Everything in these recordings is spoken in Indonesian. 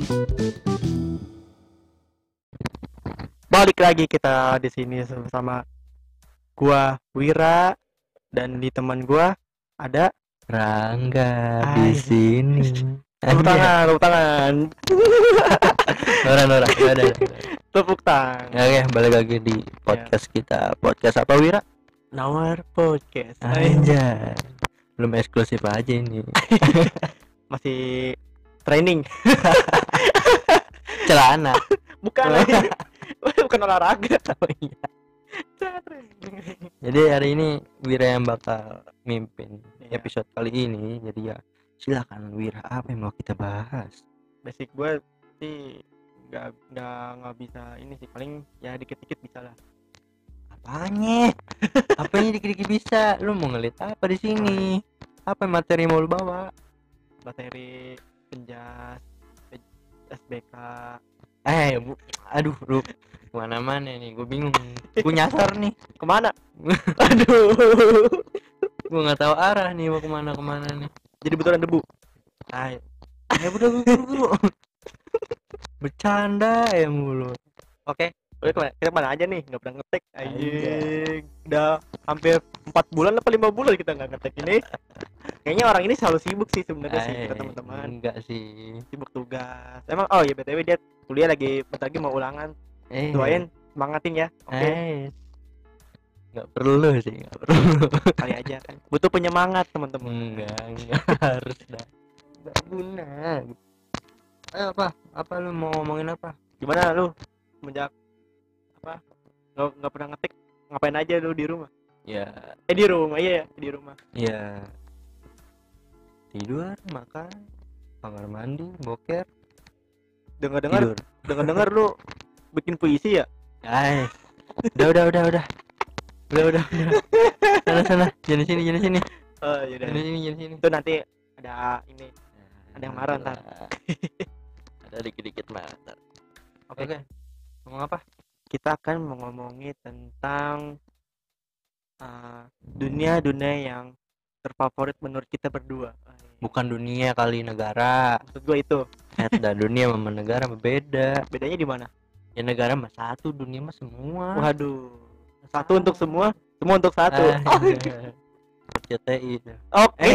Balik lagi kita di sini sama gua Wira dan di teman gua ada Rangga di Ay. sini. Tepuk tangan, tepuk tangan. Nora. Ada. Tepuk tangan. Oke, balik lagi di podcast kita. Podcast apa, Wira? Nawar Podcast. Anjay. Belum eksklusif aja ini. Masih training. Celana. Bukan lagi. Bukan olahraga. Oh, iya. Jadi hari ini Wira yang bakal mimpin episode kali ini. Jadi ya silakan Wira, apa yang mau kita bahas? Basic gue sih nggak bisa ini sih, paling ya dikit-dikit bisa lah. Apanya? Apanya dikit-dikit bisa? Lu mau ngelit apa di sini? Apa materi mau lu bawa? Materi penjas, SBK. Aduh, lu kemana-mana nih? Gue bingung. Gue nyasar nih. Kemana? Aduh. Gue nggak tahu arah nih, mau kemana nih. Jadi betulan debu. Ayo. Ya udah buru. Bercanda ya mulu. Oke. Kita kemana aja nih? Nggak pernah ngetek. Anjing. Udah hampir 4 bulan apa 5 bulan kita nggak ngetek ini. Kayaknya orang ini selalu sibuk sih sebenarnya sih kita teman-teman. Enggak sih. Sibuk tugas. Emang oh ya BTW dia kuliah lagi bentar lagi mau ulangan. Doain, semangatin ya. Oke. Nggak perlu sih, nggak perlu. Kali aja kan. Butuh penyemangat teman-teman. Enggak harus dah. Nggak guna. Ayo apa lu mau ngomongin apa? Gimana lu semenjak apa nggak pernah ngetik, ngapain aja lu di rumah? Ya Di rumah, iya di rumah. ya tidur, makan, kamar mandi, boker, Dengar lu bikin puisi ya? udah sana jangan sini Oh iya jangan sini itu nanti ada ini, ada yang marah ntar. ada dikit marah ntar. Oke. Ngomong apa? Kita akan mengomongi tentang dunia yang terfavorit menurut kita berdua. Bukan dunia kali, negara. Maksud gue itu. Dunia sama negara beda. Bedanya di mana? Ya negara mah satu, dunia mah semua. Waduh. Satu untuk semua untuk satu. CTI. Oke.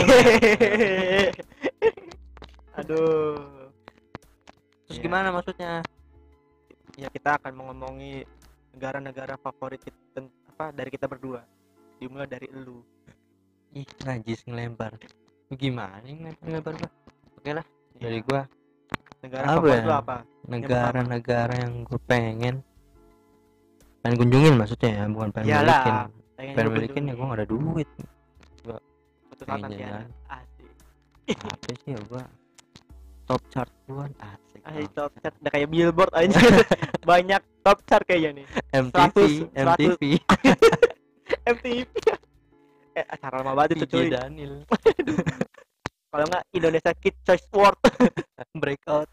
Aduh. Terus gimana maksudnya? Ya kita akan mengomongi negara-negara favorit kita, dari kita berdua. Dimulai dari elu. Ih, najis ngelempar. Gimana ngelempar gua? Oke lah, dari gua. Negara favorit lu apa? Negara yang gue pengen kunjungin, maksudnya ya, bukan pengen milikin. Pengen milikin ya gue gak ada duit. Gua pengen jalan. Asik. Apa sih ya, gua top chart gua asik. Top chart udah kayak billboard aja. Banyak top chart kayaknya nih. MTV. MTV. Acara lama banget itu cuy. Daniel. Kalau enggak Indonesia Kids Choice Award. Breakout.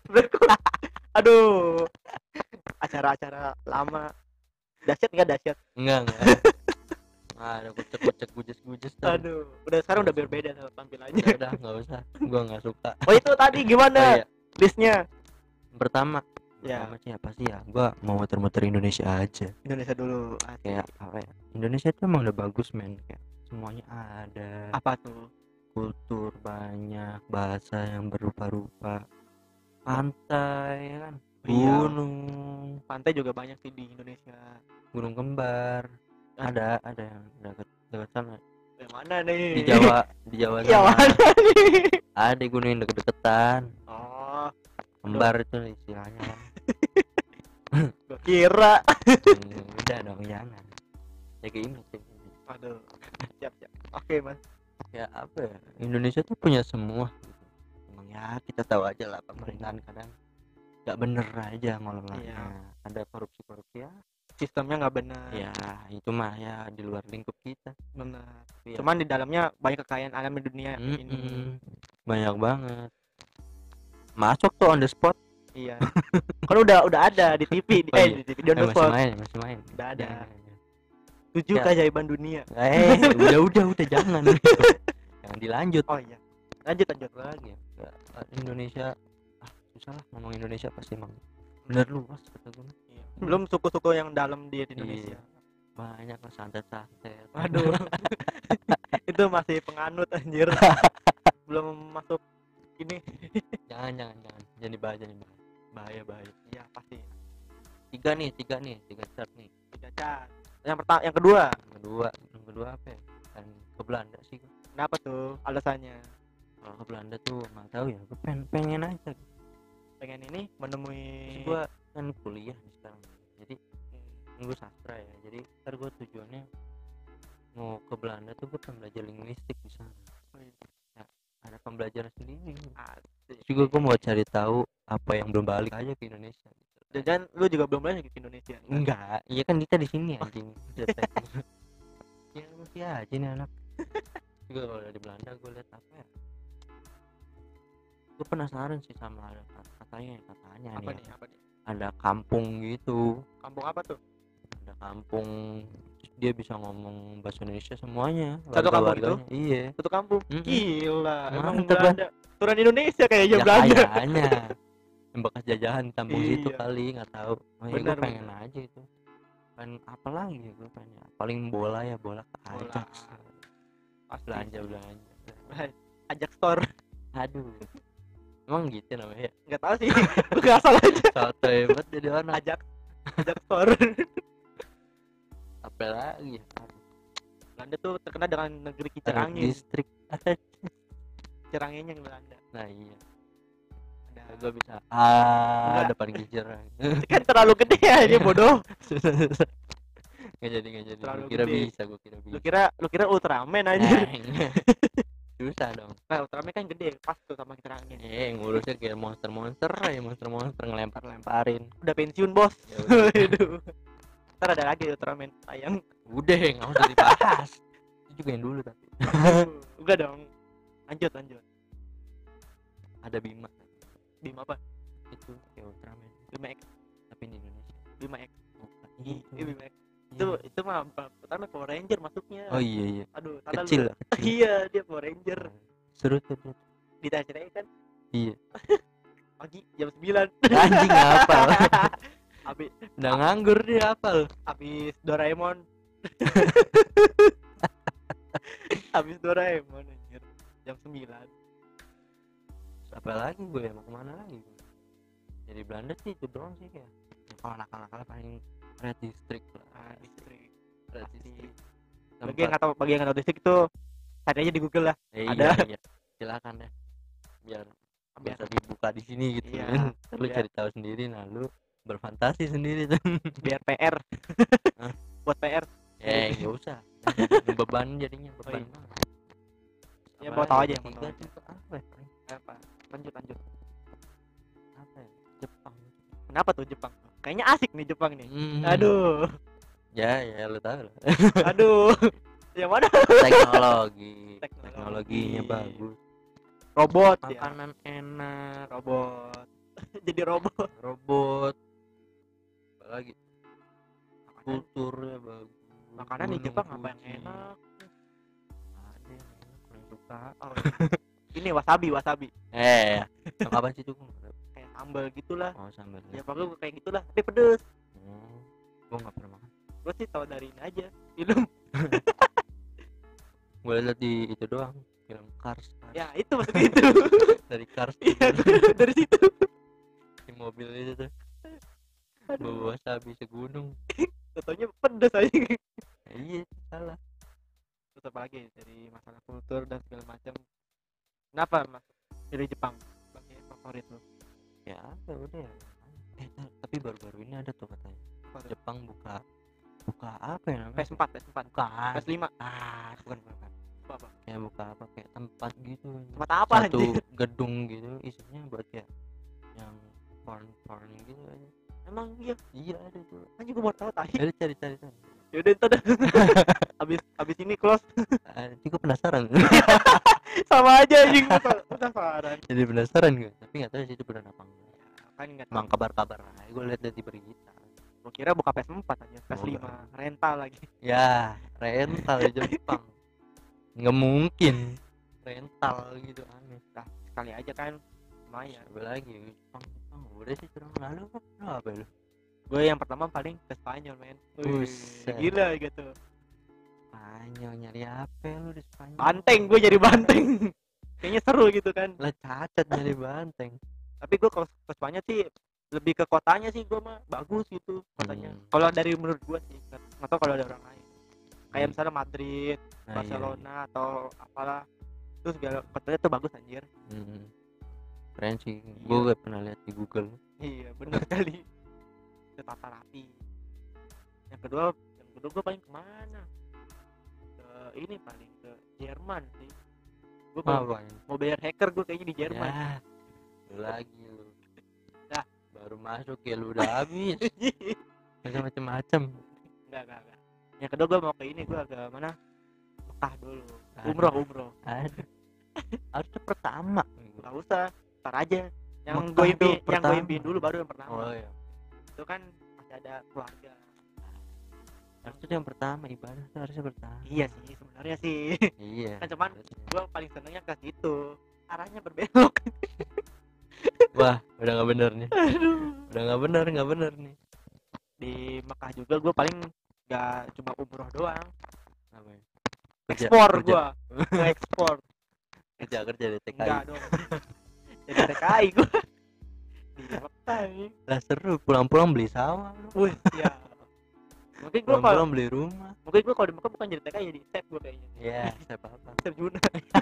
Aduh. Acara-acara lama. Dahsyat enggak dahsyat? Enggak. Ada kucek gujes. Aduh, sekarang udah berbeda sama tampilannya. Udah enggak usah. Gua enggak suka. Oh, itu tadi gimana? Listnya. Pertama Ya. Siapa sih ya? Gua mau muter-muter Indonesia aja. Indonesia dulu. Kayak apa ya? Indonesia tuh emang udah bagus, men. Kayak semuanya ada. Apa tuh? Kultur banyak, bahasa yang berupa-rupa, pantai kan, gunung. Pantai juga banyak sih di Indonesia. Gunung kembar. Ada yang dekat sana. Yang mana nih? Di Jawa sana. Yang mana nih? Ada gunung yang deket-deketan. Oh, kembar itu istilahnya kan. Gua kira. Udah dong, jangan. Jaga image. Aduh. Siap. Oke, Mas. Ya apa ya? Indonesia tuh punya semua. Emang ya kita tahu aja lah, pemerintahan kadang nggak bener aja ngolongnya. Iya. Ada korupsi ya. Sistemnya nggak benar. Ya itu mah ya di luar lingkup kita. Benar. Ya. Cuman di dalamnya banyak kekayaan alam di dunia ini. Banyak banget. Masuk tuh on the spot. Iya. Kan udah ada di TV, di TV di on the spot. Masih main. Udah ada. Ya. 7 keajaiban dunia. Udah jangan. Jangan dilanjut. Oh iya. Lanjut lagi. Indonesia susah lah ngomong Indonesia pasti emang bener luas kata gue. Iya. Belum suku-suku yang dalam di Indonesia. Banyak lah santet-santet. Waduh. Itu masih penganut anjir. Belum masuk ini. jangan dibahas bahaya Iya pasti. tiga chart nih. 3 cat. Yang kedua apa ya? Dan ke Belanda sih gua. kenapa tuh alasannya? Kalau ke Belanda tuh nggak tahu ya, gue pengen aja. Pengen ini menemui. Gue kan kuliah nih sekarang, jadi gue sastra ya, jadi ntar gue tujuannya mau ke Belanda tuh gue pengen belajar linguistik di sana. Ya, ada pembelajaran sendiri. Juga gue mau cari tahu apa yang belum balik aja ke Indonesia. Dan lu juga belum balik ke Indonesia? Enggak, iya kan kita di sini anjing. Ya masih aja nih anak. Juga kalau di Belanda gue lihat apa ya, gue penasaran sih sama katanya apa nih, nih? ada kampung gitu. Kampung apa tuh? Ada kampung dia bisa ngomong bahasa Indonesia semuanya. Satu kampung itu? Iya. Satu kampung. Gila. Emang Mantep, Belanda turun Indonesia kayaknya ya, Belanda. kayaknya yang bekas jajahan di kampung situ Iya. kali, nggak tahu. Gue pengen aja itu. Pengen apa lagi ya gue pengen. Paling bola ke Ajax. Belanja. Ajax store. Aduh. Emang gitu namanya? Nggak tahu sih. Gue nggak asal aja. Soto hebat jadi anak. Ajax store. Apa lagi? Belanda tuh terkenal dengan negeri kincir angin. Distrik. Kincir anginnya Belanda. Nah iya. Ada. Gue bisa depan kincir. Kan terlalu gede ya dia bodoh. Nggak jadi. Terlalu Gue kira gede. bisa. Lu kira Ultraman aja. Susah dong. Nah, Ultraman kan gede pas tuh sama kincir angin. Ngurusnya kayak monster ngelempar-lemparin. Udah pensiun, Bos. Ya udah. Aduh. Ntar ada lagi Ultraman sayang. Udah nggak usah dibahas. Itu juga yang dulu tapi. Udah dong. Lanjut. Ada Bima apa? itu kayak Ultraman. Bima X. Tapi di Indonesia. Bima X. Iya, Bima X. Itu mah pertama Power Ranger masuknya. Oh iya. Aduh, salah Kecil. lu. Iya, dia Power Ranger. Seru tuh. Di TCTI kan Iya. pagi jam 9. Anjing hafal. Habis Udah nganggur dia hafal. habis Doraemon. Habis Doraemon anjir. Jam 9. Apa lagi gue mau kemana lagi? Jadi Belanda sih itu doang sih kayak. Kalau nakal-nakal paling Red District lah. Red District. Bagi yang nggak tahu distrik itu cari aja di Google lah. Ada. Iya. Silakan deh. Biar Biar bisa dibuka di sini gitu. Iya. Lu cari tahu sendiri, nah lu berfantasi sendiri tuh. biar PR. Hah? Buat PR. Nggak usah. Beban jadinya beban. Ya mau tahu aja, mau tahu aja. Apa ya? Apa? Lanjut. Apa ya? Jepang. Kenapa tuh Jepang? Kayaknya asik nih Jepang nih. Hmm. Aduh. Ya lu tahu lah. Aduh. Yang mana? Teknologinya bagus. Robot ya. Makanan enak. Robot. Jadi robot. Apa lagi? Kulturnya bagus. Makanan di Jepang apa yang enak? Ada yang enak, kurang suka. Oh, ini wasabi. Yang apa sih itu? Kayak sambal gitulah. Oh, sambal. Ya pokoknya kayak gitulah. Tapi pedes. Gua nggak pernah makan. Gua sih tahu dari ini aja. Film. Gua lihat di itu doang, film Cars. Ya itu maksudnya itu. Dari Cars. Iya dari situ. Di mobil itu tuh. Bawa wasabi segunung. Contohnya pedes aja. Iya, salah. Terus apa lagi dari masalah kultur dan segala macam. Kenapa Mas pilih Jepang sebagai favorit lo? Ya udah ya. Tapi baru-baru ini ada tuh katanya. Jepang buka apa ya namanya? PS4. Bukan. PS5. Bukan. Apa? Ya buka apa kayak tempat gitu. Tempat apa Satu anjing? gedung gitu isinya buat kayak yang porn gitu aja. Emang iya. Iya ada tuh. Anjing gua mau tahu tadi. Jadi cari. Yaudah entar dah. Habis ini close. Gue penasaran. Sama aja anjing penasaran. Jadi penasaran gue. Tapi nggak tahu sih itu benar apa enggak. Kan enggak Emang kabar-kabar aja gue lihat dari berita. Gua kira buka PS4 aja, PS5 rental lagi. Ya, rental di Jepang. Nggak mungkin rental gitu aneh. Sekali aja kan lumayan. Coba lagi Jepang udah sih curang. Lalu apa lu? Gue yang pertama paling ke Spanyol men. Buset. Gila gitu. Spanyol nyari apa lu di Spanyol? Banteng, gue jadi banteng. Kayaknya seru gitu kan. Lah cacat nyari banteng. Tapi gue kalau ke Spanyol sih lebih ke kotanya sih, gue mah bagus gitu kotanya. Kalau dari menurut gue sih, nggak tahu kalau ada orang lain. Kayak misalnya Madrid, Barcelona atau apalah, terus segala kotanya tuh bagus anjir. Keren sih, gue gak pernah lihat di Google. Iya benar kali. Tertata rapi. Yang kedua gue paling kemana? Ke ini paling ke Jerman sih. Gue mau bayar hacker gue kayaknya di Jerman. Ya, lu lagi lu. Dah, baru masuk ya lu udah habis. Macam-macam. Enggak. Yang kedua gue mau ke ini, gue ke mana? Mekah dulu. Umroh. Aduh. Harusnya pertama. Enggak usah, ntar aja. Yang Mekah gue impiin dulu baru yang pertama. Oh iya. Itu kan masih ada keluarga. Harusnya yang pertama, ibadah tuh harusnya pertama. Iya sih sebenarnya sih. Iya. Kan cuman gue paling senengnya ke situ. Arahnya berbelok. Wah, udah nggak bener nih. Udah nggak bener nih. Di Mekah juga gue paling nggak cuma umroh doang. Apa ya? Ekspor gue. Ekspor. Kerja di TKI. Enggak dong. Jadi TKI gue. Di Mekah nih. Lah seru, pulang-pulang beli sawah. Wih, ya. Mungkin gue Pulang-pulang beli rumah. Mungkin gue kalau di Mekah bukan jadi TKI, jadi chef gue kayaknya. Iya, siapa apa. Chef Juna.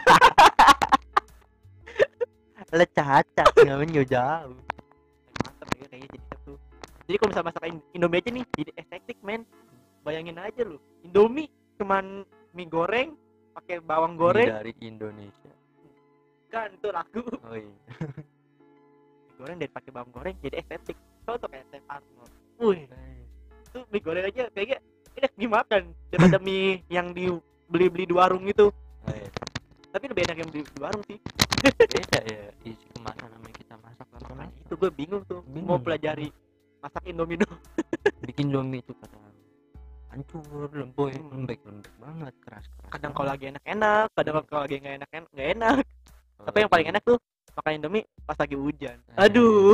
Lah cacat, nggak jauh. Mantap ya kayaknya jadi chef tuh. Jadi kalau misalnya masak Indomie aja nih, jadi estetik men. Bayangin aja lu, Indomie cuman mie goreng pakai bawang goreng. Mie dari Indonesia. Kan itu laku. Oh iya. Mie goreng dari pakai bawang goreng jadi estetik. Contoh kayak Chef Arnold. Wih, itu mie goreng aja kayaknya enak dimakan daripada mie yang dibeli di warung itu. Oh iya. Tapi lebih enak yang di warung sih. Beda ya isi kemasan namanya kita masak Makanya itu gue bingung tuh. Bingung. Mau pelajari masak Indomie dong. Bikin Indomie itu kata hancur, lembek banget, keras. Kadang kalau lagi enak-enak, kadang kalau lagi nggak enak. Tapi yang paling enak tuh makan Indomie pas lagi hujan. Aduh.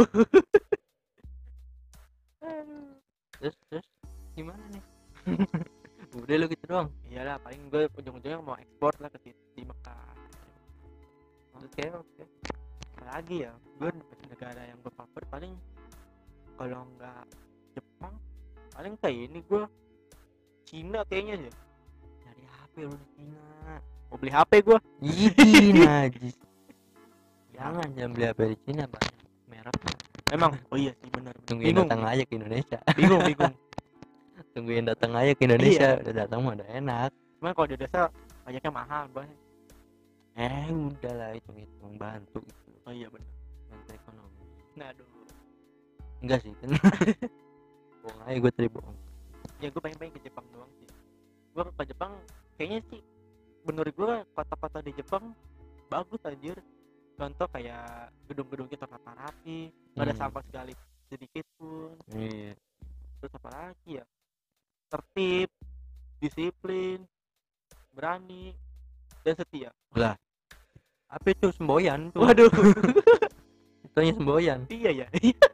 Terus gimana nih? Udah lu gitu doang. Iyalah, paling gue ujung-ujungnya mau ekspor lah ke di Mekah. Oke. Apalagi ya, gue negara yang gue favorit paling kalau nggak Jepang, paling kayak ini gue Cina kayaknya ya. Nyari HP lu di Cina. Mau beli HP gue. Ih, najis. Jangan beli HP di Cina banyak mereknya. Emang? Oh iya sih benar. Tungguin datang aja ke Indonesia. Bingung. Tungguin datang aja ke Indonesia. Udah datang mah udah enak. Cuman kalau di desa pajaknya mahal banget. Udahlah hitung bantu gitu. Oh iya benar. Bantu ekonomi. Nah aduh. Enggak sih kan. Bohong aja gue tadi bohong. Ya gue pengen ke Jepang doang sih. Gue ke Jepang kayaknya sih menurut gue kota-kota di Jepang bagus anjir. Contoh kayak gedung-gedungnya tertata rapi, nggak ada sampah sekali sedikit pun. Iya. Terus apa lagi ya? Tertib, disiplin, berani, dan setia. Lah. Apa itu semboyan tuh? Waduh. Itunya semboyan. Iya ya.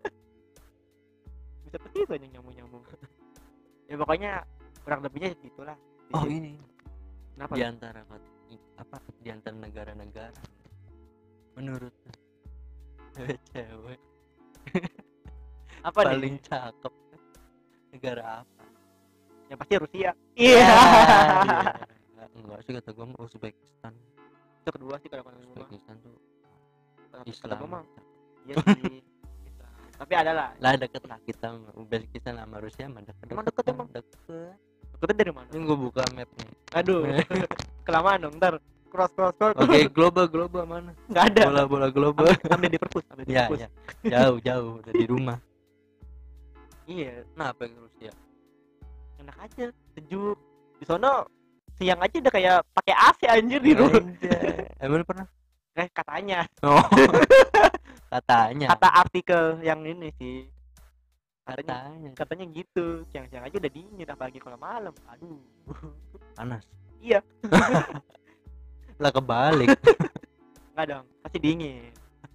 Bisa begitu aja nyambung. Ya pokoknya kurang lebihnya gitulah. Oh ini. Kenapa? Di antara di antara negara-negara menurut cewek apa paling nih? cakep negara apa? Yang pasti Rusia. Iya. Enggak sih kata gue Uzbekistan. Itu kedua sih kalau gue. Uzbekistan tuh Islam. Islam. Iya sih. Islam. Tapi ada lah. Lah deket lah kita Uzbekistan sama Rusia mah deket. Emang deket emang? Deket. Deketnya dari mana? Ini gue buka map nih. Aduh. Kelamaan dong, ntar cross. Oke, global mana? Nggak ada. Bola global. Ambil di perpus. Ya. Jauh udah di rumah. Iya, Kenapa ke Rusia? enak aja, sejuk. Di sono siang aja udah kayak pakai AC anjir di rumah. Emang pernah? Katanya. Oh. Katanya. Kata artikel yang ini sih. Katanya gitu. Siang-siang aja udah dingin, apalagi kalau malam. Aduh. Panas. Iya. Lah kebalik. Enggak dong, pasti dingin.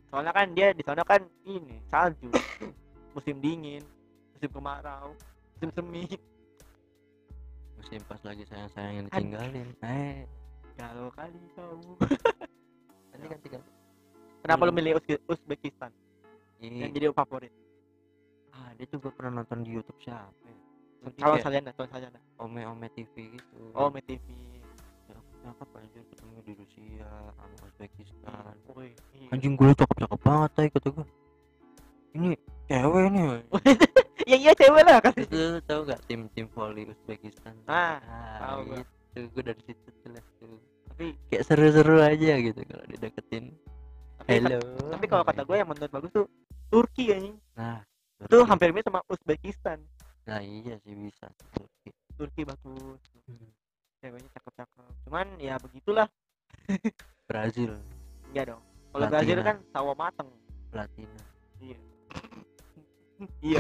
Soalnya kan dia di sana kan ini salju. Musim dingin, musim kemarau, musim semi. Musim pas lagi sayang-sayangnya ditinggalin. Galau kali kamu. Ganti. Kenapa lu milih Uzbekistan? Yang jadi favorit. Dia juga pernah nonton di YouTube siapa ya? Calon Salyana. Ome TV gitu. Oh, TV. Cakep anjir, ketemu di Rusia sama Uzbekistan. Woi, Anjing gue cakep banget tay kata gue. Ini cewek nih. Iya cewek lah kan. Itu tahu gak tim volley Uzbekistan? Tahu gitu. Gue dari situ jelas tuh. Tapi kayak seru-seru aja gitu kalau dideketin. Hello. Tapi kalau kata gue yang menurut bagus tuh Turki anjing. Nah, itu hampir mirip sama Uzbekistan. Nah iya sih bisa Turki bagus. Ceweknya cakep-cakep. Cuman ya begitulah. Brazil. Iya dong. Kalau Brazil kan sawo mateng. Latina. Iya. Iya.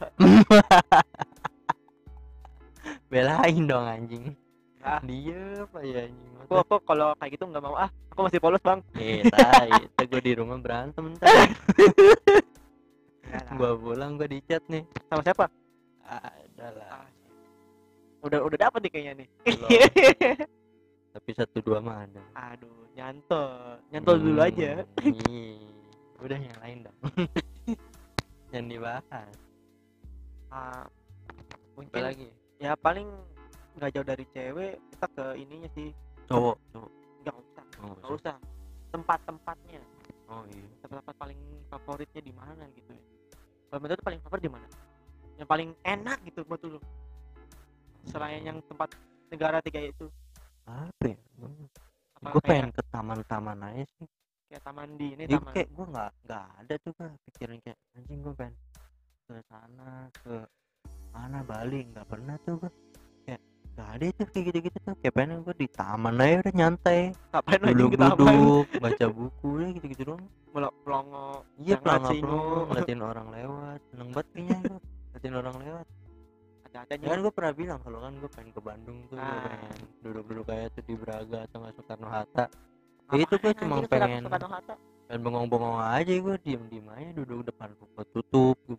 Belain dong anjing. Dia apa ya anjing. Aku kalau kayak gitu nggak mau aku masih polos bang. Tai, itu gue di rumah berantem ntar. Gue pulang gue dicat nih. Sama siapa? Adalah. Udah dapet nih kayaknya nih. Tapi 1-2 mah ada. Aduh, nyantol dulu aja. Udah yang lain dong. Yang dibahas. Mungkin lagi. Ya paling nggak jauh dari cewek kita ke ininya sih. Cowok. Nggak usah. Tempat-tempatnya. Oh iya. Tempat paling favoritnya di mana gitu ya? Kalau menurut paling favorit di mana? Yang paling enak gitu buat lu. Selain yang tempat negara 3 itu. Apa ya? Gue pengen ke taman-taman aja sih. Kayak taman di ini ya, taman. Kayak gue nggak ada tuh kan pikiran kayak anjing gue pengen ke sana ke mana Bali nggak pernah tuh gue. Kayak nggak ada itu kayak gitu-gitu tuh. Kayak pengen gue di taman aja udah nyantai. Ngapain anjing ke taman? Duduk baca buku ya gitu-gitu doang. Pelongo. Iya pelongo ngeliatin orang lewat. Seneng banget kayaknya gue ngeliatin orang lewat. Ada-adanya kan gue pernah bilang kalau kan gue pengen ke Bandung tuh gue pengen duduk-duduk kayak tuh di Braga atau nggak Soekarno Hatta. Ya itu gue cuma pengen bengong-bengong aja gue diem aja duduk depan ruko tutup gitu.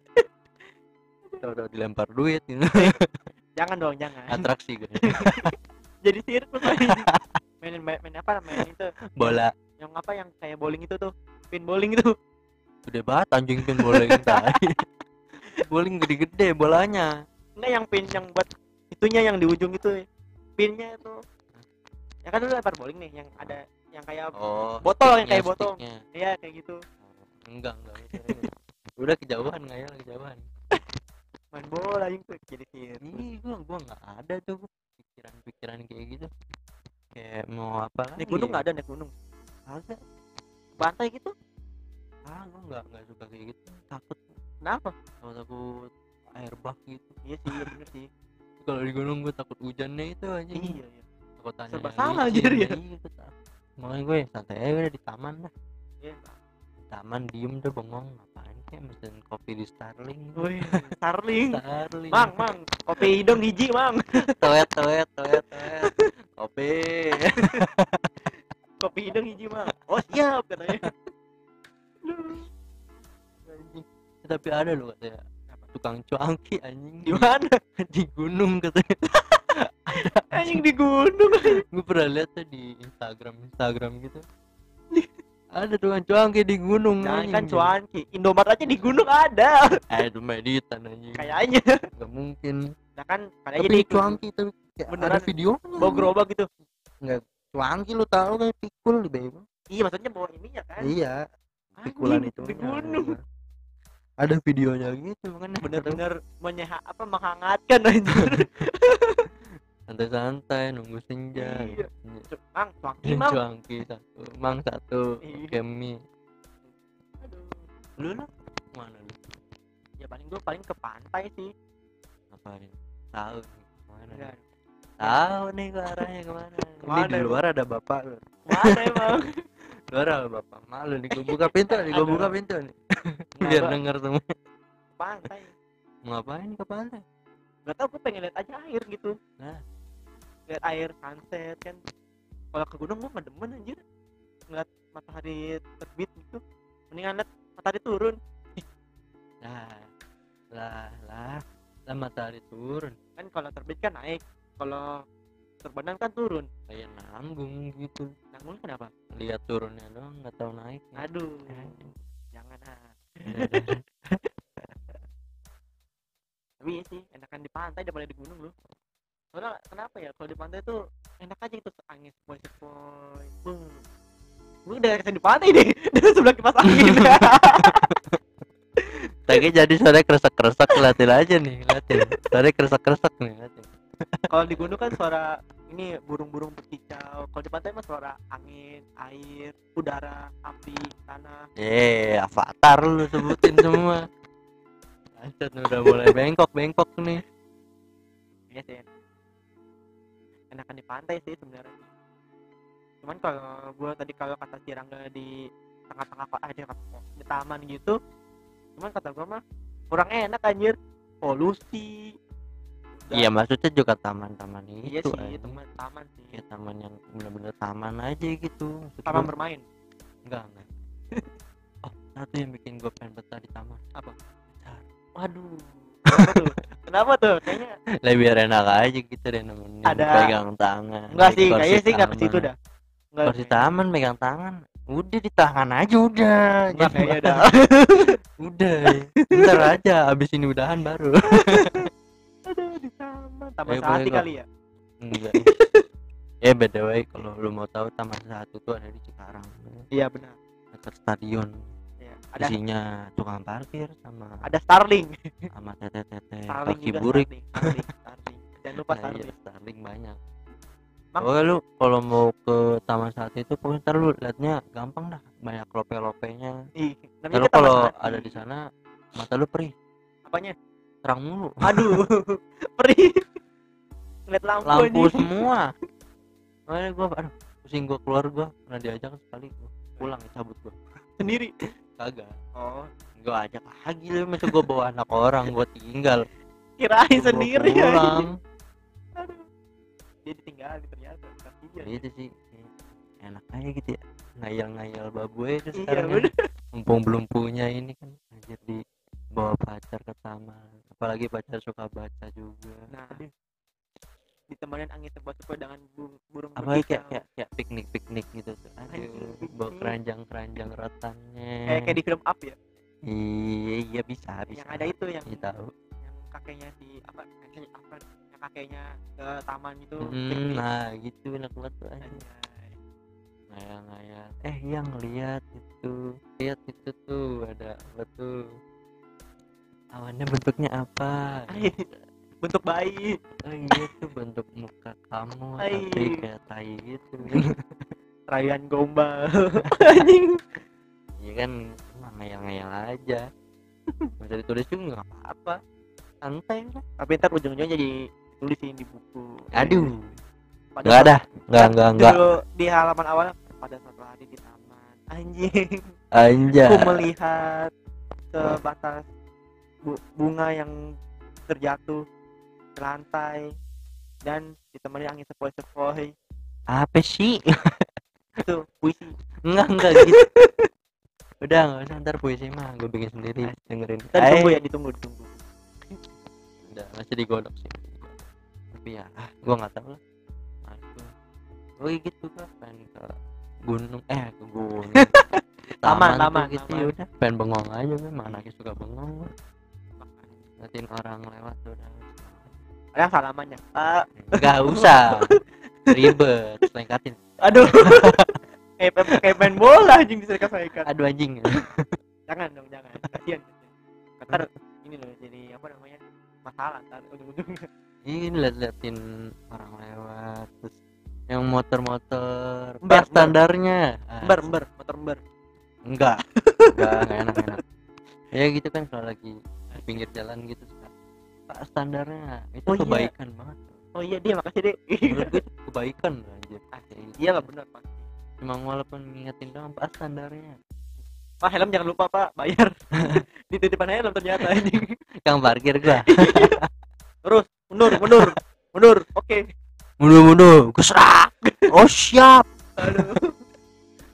Udah dilempar duit gitu. Jangan dong. Atraksi gue. Jadi sirkus main apa namanya itu bola yang apa yang kayak bowling itu tuh pin bowling itu gede banget anjing pin bowling tadi. Bowling gede-gede bolanya. Enggak yang pin yang buat itunya yang di ujung itu pinnya itu ya kan dulu lempar bowling nih yang ada yang kayak botol yang kayak botol iya kayak gitu. Enggak udah kejauhan main bola yang tuh jadi ini gue nggak ada tuh pikiran kayak gitu kayak mau apa naik gunung nggak ada naik gunung ada bantai gitu gue nggak suka kayak gitu takut. Kenapa? Takut air bah gitu. Iya sih bener sih kalau di gunung gue takut hujannya itu aja. Iya takutannya serba salah anjir ya. Makanya gue santai aja udah di taman lah. Iya di taman diem tuh bengong ngapain kayak mesen kopi di Starling. Wih Starling. Mang kopi hidung hiji mang. Toet kopi. Kopi hidung hiji mang. Oh siap katanya. Tapi ada loh katanya tukang cuanki anjing di mana di gunung katanya. Anjing di gunung. Gue pernah lihat tuh di Instagram gitu. Ada tukang cuanki di gunung. Jangan kan cuanki, Indomaret aja di gunung ada. Itu meditan anjing. Kayaknya nggak mungkin. Nah kan kayaknya di cuanki itu beneran videonya. Bawa gerobak gitu. Nggak cuanki lu tahu kan pikul di bawah. Iya maksudnya bawa ininya kan. Iya. Pikulan itu di gunung. Ada videonya gitu kan bener-bener menghangatkan anjir. Santai-santai nunggu senja. Iya. Mang, cuanki satu, mang satu, kemi. Aduh. Lu lah mana lu? Ya paling ke pantai sih. Ngapain? Tahu kemana? Enggak. Tahu nih ke arahnya kemana? Ini di luar ada bapak lu. Mana emang? Luar ada bapak malu nih. Gue buka pintu nih. Biar denger semua. Pantai. Mau ngapain ke pantai? Gak tau, gue pengen lihat aja air gitu. Nah, lihat air sunset kan. Kalau ke gunung gue nggak demen anjir ngeliat matahari terbit gitu. mendingan lihat matahari turun. lah matahari turun Kan kalau terbit kan naik, kalau terbenam kan turun. kayak nanggung gitu, Nanggung kenapa? lihat turunnya doang nggak tahu naiknya. Aduh, jangan Udah. Tapi iya sih enakan di pantai daripada di gunung lu. Soalnya kenapa ya, kalau di pantai tuh enak aja itu angin sepoi-sepoi. Gue udah kesini di pantai deh dari sebelah kipas angin. Tapi jadi sore kresek-kresek, liatin aja nih, liatin sore kresek-kresek nih, liatin. Kalau di gunung kan suara ini burung-burung berkicau. Kalau di pantai mah suara angin, air, udara, api, tanah. Avatar lu sebutin semua. Acet udah mulai bengkok nih. Iya sih. Enakan di pantai sih sebenarnya. Cuman kalau gue tadi kalau kata si Rangga di tengah-tengah di taman gitu, cuman kata gue mah kurang enak anjir, polusi. Iya maksudnya juga taman-taman Iya itu sih, aja. taman sih. Ya taman yang bener-bener taman aja gitu. Maksud Taman gua, bermain. enggak oh satu yang bikin gue pengen betah di taman. Apa? Pacar. Waduh. Kenapa tuh? Kenapa tuh? Kayaknya Lebih enak aja gitu deh nemenin, Ada- pegang tangan. enggak naik sih, kursi kayaknya sih enggak ke taman. situ dah. Enggak. Kursi taman pegang tangan. Udah di tangan aja udah. Enggak kayaknya dah. Udah. Ntar aja abis ini udahan baru. Aduh, di taman. Taman Ayo, Sehati boleh, kali ya? Enggak. By the way kalau lu mau tahu Taman Satu tuh ada di Cikarang. Iya benar. Dekat stadion. Iya. Ada Isinya tukang parkir sama Starling. tete-tete Starling kaki juga, burik. Starling. Jangan lupa Nah, Starling. iya, Starling banyak. Mang? Pokoknya lu kalau mau ke Taman Satu itu pokoknya ntar lu liatnya gampang dah, banyak lope-lopenya. Ih, namanya Kalau kan Taman kalau Sehati. ada di sana mata lu perih, Apanya? terang mulu. Aduh. Perih. Ngeliat lampu Lampu anjing. semua. Makanya gua pusing, gua keluar, gua pernah diajak sekali, gua pulang cabut gua. Sendiri. Kagak. Oh, Gua ajak lagi lu, masa gua bawa anak orang, gua tinggal. kirain Gua sendiri pulang. anjing. Aduh. Dia ditinggalin ternyata. Kasihan. Itu sih enak aja gitu ya, ngayal-ngayal babu itu Iya, sekarang bener. ya. Mumpung belum punya ini kan, anjir di bawa pacar ke taman, apalagi pacar suka baca juga. Nah, ditemenin angin sepoi-sepoi dengan burung Apalagi berkicau. kayak piknik gitu tuh. Anjir, Aduh, piknik. bawa keranjang rotannya. Kayak di film Up ya. Iya bisa. Yang ada itu yang Iya tahu. yang kakeknya si apa yang kakeknya ke taman itu Nah gitu enak banget tuh aja. Ngayal-ngayal. Yang lihat itu tuh ada apa tuh, awannya bentuknya apa? bentuk bayi. Oh iya tuh bentuk muka kamu tapi kayak tai gitu. Rayuan gombal. Anjing. Iya kan emang ngayal-ngayal aja. Bisa ditulis juga nggak apa-apa, santai lah. Tapi ntar ujung-ujungnya jadi tulisin di buku. Aduh, Padahal nggak. Di halaman awal pada suatu hari di taman. Anjing. Anjay. Aku melihat sebatas bunga yang terjatuh ke lantai dan ditemani angin sepoi-sepoi. Apa sih? Itu puisi. Enggak gitu. Udah nggak usah, ntar puisi mah gue bikin sendiri, dengerin. Kita ditunggu ya, ditunggu. Udah masih digodok sih. Tapi ya, gue nggak tahu lah. Oh gitu gue pengen ke gunung, ke gunung. Taman, gitu taman. Ya udah, pengen bengong aja gue, anaknya suka bengong gue. Ngatin orang lewat udah. Ada yang salamannya. Nggak usah. Ribet, selengkatin. Aduh. kayak main bola anjing diselekat-selekat. Aduh anjing. Jangan dong, jangan. Kasihan. Ntar ini loh jadi apa namanya? Masalah ntar ujung-ujungnya. Ini liatin orang lewat terus yang motor-motor Ember, standarnya. Motor ember. Enggak enak. Ya gitu kan kalau lagi di pinggir jalan gitu Pak, standarnya itu kebaikan banget. Oh iya dia, makasih deh. Menurut gue itu kebaikan anjir. Iya lah benar Pak. Cuma walaupun ngingetin doang Pak standarnya. Pak helm jangan lupa Pak, bayar. Dititipan helm ternyata anjing. Kang parkir gua. Terus mundur. Oke. Mundur, kesrak. Oh siap. Aduh.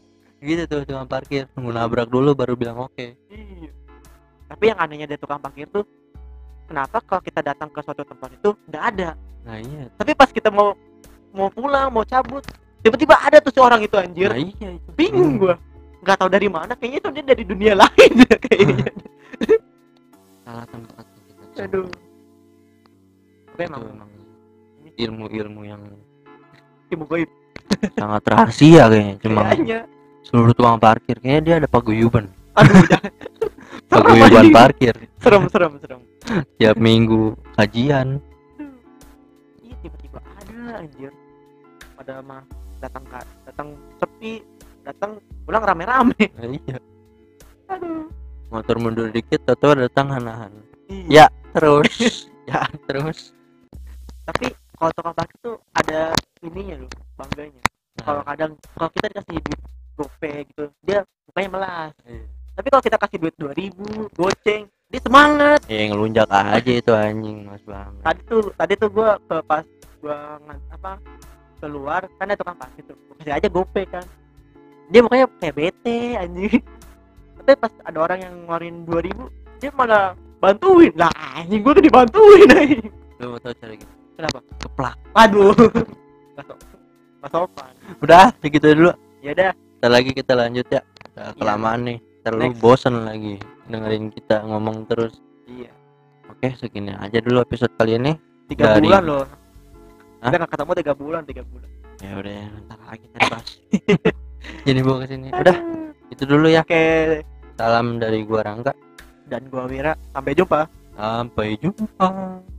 gitu tuh tukang parkir, nunggu nabrak dulu baru bilang oke. Iya. Tapi yang anehnya dari tukang parkir tuh, kenapa kalau kita datang ke suatu tempat itu nggak ada, Nah iya, tapi pas kita mau pulang mau cabut tiba-tiba ada tuh si orang itu anjir. nah iya itu Bingung gua, nggak tahu dari mana, kayaknya itu dia dari dunia lain ya kayaknya. salah tempat kita. Aduh. Tapi Itu emang emang ilmu-ilmu yang ilmu goib sangat rahasia kayaknya, cuma kayaknya. seluruh tukang parkir kayaknya dia ada paguyuban. Aduh, jangan. Serem Paguyuban anjing. parkir serem. tiap minggu kajian. Iya, tiba-tiba ada anjir. Pada mah datang sepi, datang pulang rame-rame. Nah, iya, Aduh. motor mundur dikit atau datang hanahan. Iya. Ya terus, ya terus. Tapi kalau tukang parkir tuh ada ininya loh, bangganya. Kalau Nah, kadang kalau kita dikasih duit GoPay gitu, dia mukanya melas. iya. Tapi kalau kita kasih duit 2000 goceng, dia semangat. Ya ngelunjak aja itu anjing mas banget. Tadi tuh gua pas gua keluar kan ada tukang parkir tuh. Gua kasih aja GoPay kan. Dia mukanya kayak bete anjing. Tapi pas ada orang yang ngeluarin 2000, dia malah bantuin. Lah anjing, gua tuh dibantuin anjing. Lu mau tau cara gitu? Kenapa? Keplak. Aduh. Nggak sopan. Udah segitu dulu. Ya udah, Ntar lagi kita lanjut ya. Udah kelamaan nih. Ntar lu Next. bosen lagi dengerin kita ngomong terus. iya. Oke, segini aja dulu episode kali ini. 3 Dari- bulan loh. Hah? Kita nggak ketemu 3 bulan. Ya udah ya, ntar lagi kita bahas. Jadi bawa ke sini. Udah, itu dulu ya. Oke, Salam dari gua Rangga. dan gua Wira. Sampai jumpa. Sampai jumpa.